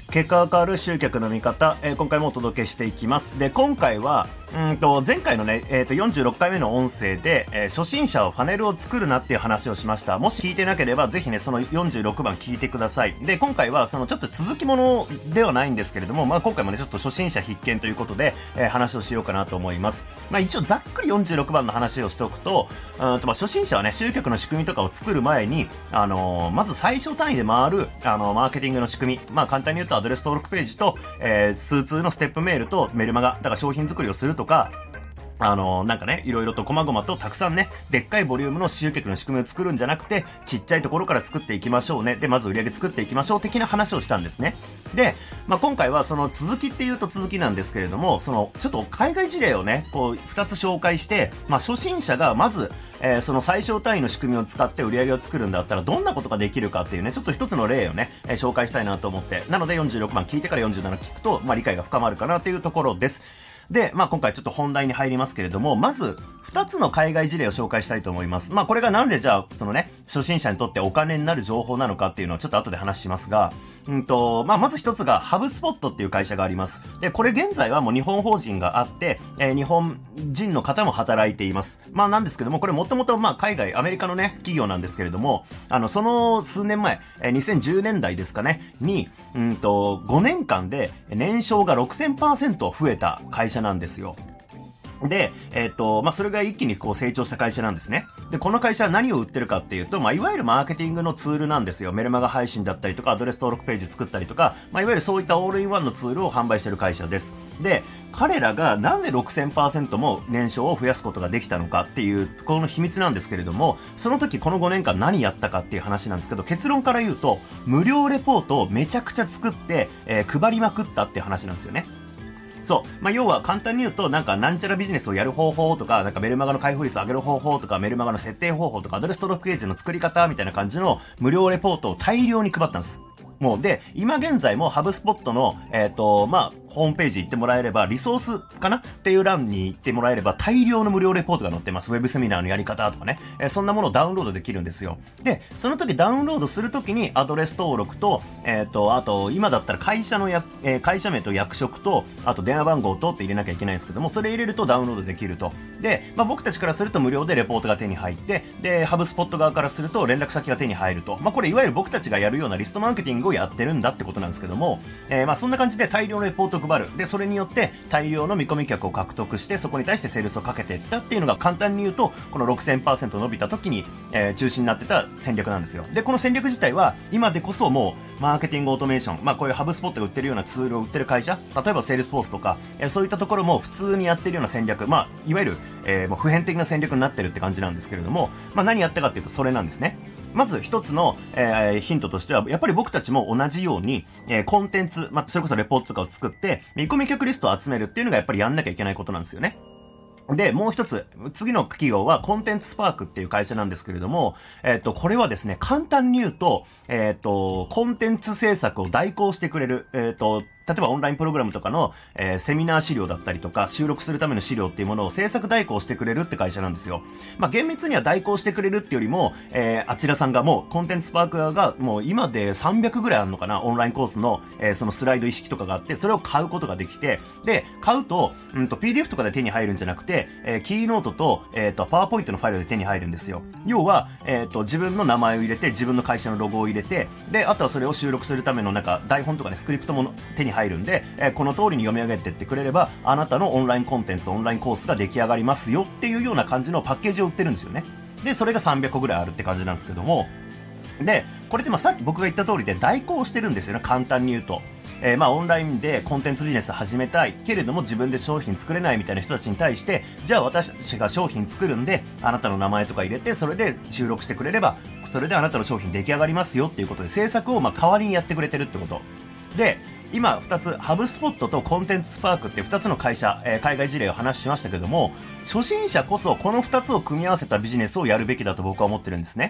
結果が変わる集客の見方、今回もお届けしていきます。で、今回は、前回のね、46回目の音声で、初心者はファネルを作るなっていう話をしました。もし聞いてなければ、ぜひね、その46番聞いてください。で、今回は、そのちょっと続きものではないんですけれども、今回もね、ちょっと初心者必見ということで、話をしようかなと思います。一応ざっくり46番の話をしておくと、初心者はね、集客の仕組みとかを作る前に、まず最小単位で回る、マーケティングの仕組み。簡単に言うとアドレス登録ページと、通通のステップメールとメルマガ、だから商品作りをするとか、なんかね、いろいろと細々とたくさんね、でっかいボリュームの集客の仕組みを作るんじゃなくて、ちっちゃいところから作っていきましょうね。で、まず売り上げ作っていきましょう的な話をしたんですね。で、今回はその続きっていうと続きなんですけれども、ちょっと海外事例をね、2つ紹介して、初心者がまず、その最小単位の仕組みを使って売り上げを作るんだったらどんなことができるかっていうね、ちょっと一つの例をね、紹介したいなと思って、なので46番聞いてから47聞くと、理解が深まるかなというところです。で、今回ちょっと本題に入りますけれども、まず、2つの海外事例を紹介したいと思います。これがなんでじゃあ、そのね、初心者にとってお金になる情報なのかっていうのをちょっと後で話しますが、まず一つが、ハブスポットっていう会社があります。で、これ現在はもう日本法人があって、日本人の方も働いています。なんですけども、これもともと海外、アメリカのね、企業なんですけれども、その数年前、2010年代ですかね、に、5年間で年商が 6000% 増えた会社なんですよ。で、それが一気に成長した会社なんですね。で、この会社は何を売ってるかっていうと、いわゆるマーケティングのツールなんですよ。メルマガ配信だったりとか、アドレス登録ページ作ったりとか、いわゆるそういったオールインワンのツールを販売している会社です。で、彼らがなんで 6000% も年商を増やすことができたのかっていう、この秘密なんですけれども、その時この5年間何やったかっていう話なんですけど、結論から言うと、無料レポートをめちゃくちゃ作って、配りまくったっていう話なんですよね。そう。要は簡単に言うと、なんちゃらビジネスをやる方法とか、メルマガの開封率を上げる方法とか、メルマガの設定方法とか、アドレス登録ページの作り方みたいな感じの無料レポートを大量に配ったんです。で、今現在もハブスポットの、ホームページ行ってもらえれば、リソースかなっていう欄に行ってもらえれば、大量の無料レポートが載ってます。ウェブセミナーのやり方とかね。そんなものをダウンロードできるんですよ。で、その時ダウンロードする時にアドレス登録と、あと、今だったら会社名と役職と、あと電話番号とって入れなきゃいけないんですけども、それ入れるとダウンロードできると。で、僕たちからすると無料でレポートが手に入って、で、ハブスポット側からすると連絡先が手に入ると。これいわゆる僕たちがやるようなリストマーケティングをやってるんだってことなんですけども、そんな感じで大量のレポートを配る。で、それによって大量の見込み客を獲得して、そこに対してセールスをかけていったっていうのが簡単に言うと、この 6000% 伸びた時に、中心になってた戦略なんですよ。で、この戦略自体は今でこそもうマーケティングオートメーション、こういうハブスポットが売ってるようなツールを売ってる会社、例えばセールスフォースとか、そういったところも普通にやってるような戦略、いわゆる、もう普遍的な戦略になってるって感じなんですけれども、何やったかっていうとそれなんですね。まず一つの、ヒントとしては、やっぱり僕たちも同じように、コンテンツ、それこそレポートとかを作って、見込み客リストを集めるっていうのがやっぱりやんなきゃいけないことなんですよね。で、もう一つ、次の企業はコンテンツスパークっていう会社なんですけれども、これはですね、簡単に言うと、コンテンツ制作を代行してくれる、例えばオンラインプログラムとかの、セミナー資料だったりとか、収録するための資料っていうものを制作代行してくれるって会社なんですよ。厳密には代行してくれるっていうよりも、あちらさんがもう、コンテンツスパークがもう今で300ぐらいあるのかな、オンラインコースの、そのスライド意識とかがあって、それを買うことができて、で、買うと、PDF とかで手に入るんじゃなくて、キーノートと、パワーポイントのファイルで手に入るんですよ。要は、自分の名前を入れて、自分の会社のロゴを入れて、で、あとはそれを収録するための台本とかね、スクリプトも手に入るんで、この通りに読み上げてってくれれば、あなたのオンラインコンテンツ、オンラインコースが出来上がりますよっていうような感じのパッケージを売ってるんですよね。で、それが300個ぐらいあるって感じなんですけども、で、これってさっき僕が言った通りで代行してるんですよね、簡単に言うと。オンラインでコンテンツビジネス始めたいけれども自分で商品作れないみたいな人たちに対して、じゃあ私たちが商品作るんで、あなたの名前とか入れて、それで収録してくれれば、それであなたの商品出来上がりますよっていうことで、制作を代わりにやってくれてるってこと。で、今2つ、ハブスポットとコンテンツスパークって2つの会社、海外事例を話しましたけども、初心者こそこの2つを組み合わせたビジネスをやるべきだと僕は思ってるんですね。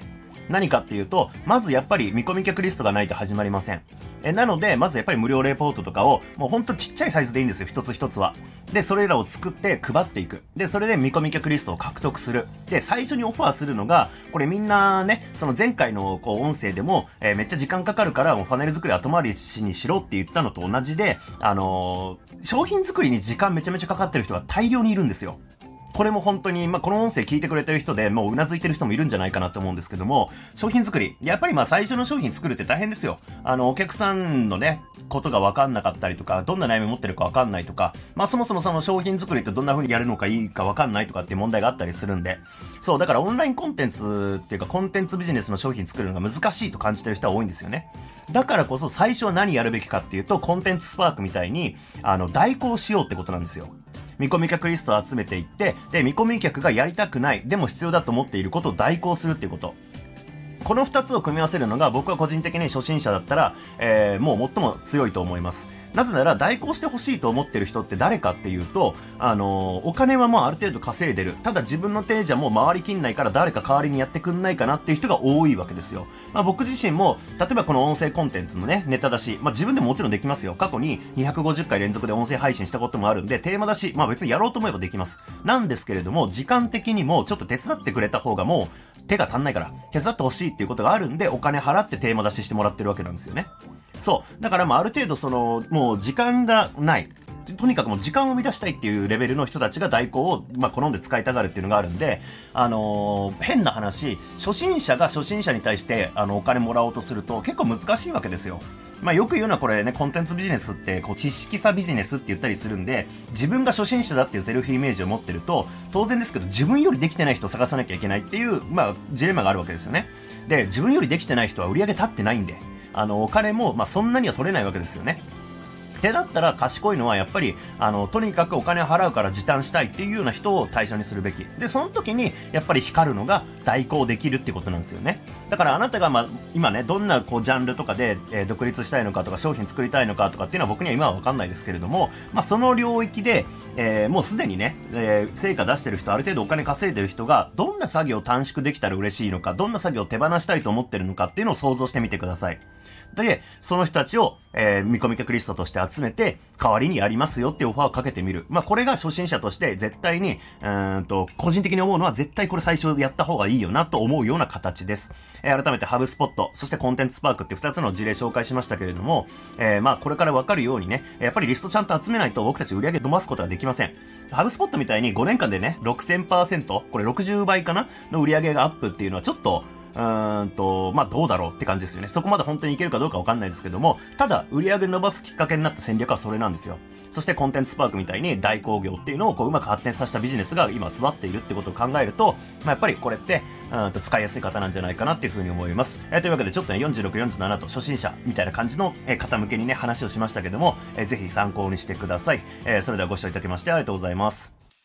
何かっていうと、まずやっぱり見込み客リストがないと始まりません。なので、まずやっぱり無料レポートとかを、もうほんとちっちゃいサイズでいいんですよ、一つ一つは。で、それらを作って配っていく。で、それで見込み客リストを獲得する。で、最初にオファーするのが、これみんなね、その前回のこう音声でも、めっちゃ時間かかるから、もうパネル作り後回りにしろって言ったのと同じで、商品作りに時間めちゃめちゃかかってる人が大量にいるんですよ。これも本当に、この音声聞いてくれてる人で、もう頷いてる人もいるんじゃないかなと思うんですけども、商品作り。やっぱり最初の商品作るって大変ですよ。お客さんのね、ことが分かんなかったりとか、どんな悩み持ってるか分かんないとか、そもそもその商品作りってどんな風にやるのかいいか分かんないとかっていう問題があったりするんで、そう、だからオンラインコンテンツっていうか、コンテンツビジネスの商品作るのが難しいと感じてる人は多いんですよね。だからこそ最初は何やるべきかっていうと、コンテンツスパークみたいに、代行しようってことなんですよ。見込み客リストを集めていって、で、見込み客がやりたくない、でも必要だと思っていることを代行するっていうこと。この二つを組み合わせるのが僕は個人的に初心者だったら、もう最も強いと思います。なぜなら代行してほしいと思ってる人って誰かっていうと、お金はもうある程度稼いでる。ただ自分の手じゃもう回りきんないから誰か代わりにやってくんないかなっていう人が多いわけですよ。僕自身も、例えばこの音声コンテンツのね、ネタ出し、自分でももちろんできますよ。過去に250回連続で音声配信したこともあるんで、テーマ出し、別にやろうと思えばできます。なんですけれども、時間的にもちょっと手伝ってくれた方がもう手が足んないから、手伝ってほしいっていうことがあるんで、お金払ってテーマ出ししてもらってるわけなんですよね。そう。だからある程度もう時間がない。とにかくもう時間を生み出したいっていうレベルの人たちが代行を、好んで使いたがるっていうのがあるんで、変な話、初心者が初心者に対して、お金もらおうとすると結構難しいわけですよ。よく言うのはこれね、コンテンツビジネスって、知識差ビジネスって言ったりするんで、自分が初心者だっていうセルフイメージを持ってると、当然ですけど、自分よりできてない人を探さなきゃいけないっていう、ジレンマがあるわけですよね。で、自分よりできてない人は売り上げ立ってないんで、お金も、そんなには取れないわけですよね。手だったら賢いのはやっぱり、とにかくお金を払うから時短したいっていうような人を対象にするべき。で、その時に、やっぱり光るのが代行できるってことなんですよね。だからあなたが今ね、どんなジャンルとかで、独立したいのかとか、商品作りたいのかとかっていうのは僕には今はわかんないですけれども、その領域で、もうすでにね、成果出してる人、ある程度お金稼いでる人が、どんな作業を短縮できたら嬉しいのか、どんな作業を手放したいと思ってるのかっていうのを想像してみてください。で、その人たちを、見込み客リストとして集めて、代わりにやりますよっていうオファーをかけてみる。これが初心者として絶対に、個人的に思うのは絶対これ最初やった方がいいよなと思うような形です。改めてハブスポット、そしてコンテンツスパークって2つの事例紹介しましたけれども、これからわかるようにね、やっぱりリストちゃんと集めないと僕たち売り上げ伸ばすことができません。ハブスポットみたいに5年間でね、6000%、これ60倍かなの売り上げがアップっていうのはちょっと、どうだろうって感じですよね。そこまで本当にいけるかどうかわかんないですけども、ただ、売り上げ伸ばすきっかけになった戦略はそれなんですよ。そしてコンテンツスパークみたいに代行業っていうのをうまく発展させたビジネスが今育っているってことを考えると、やっぱりこれって、使いやすい方なんじゃないかなっていうふうに思います。というわけでちょっとね、46、47と初心者みたいな感じの、方向けにね、話をしましたけども、ぜひ参考にしてください。それではご視聴いただきましてありがとうございます。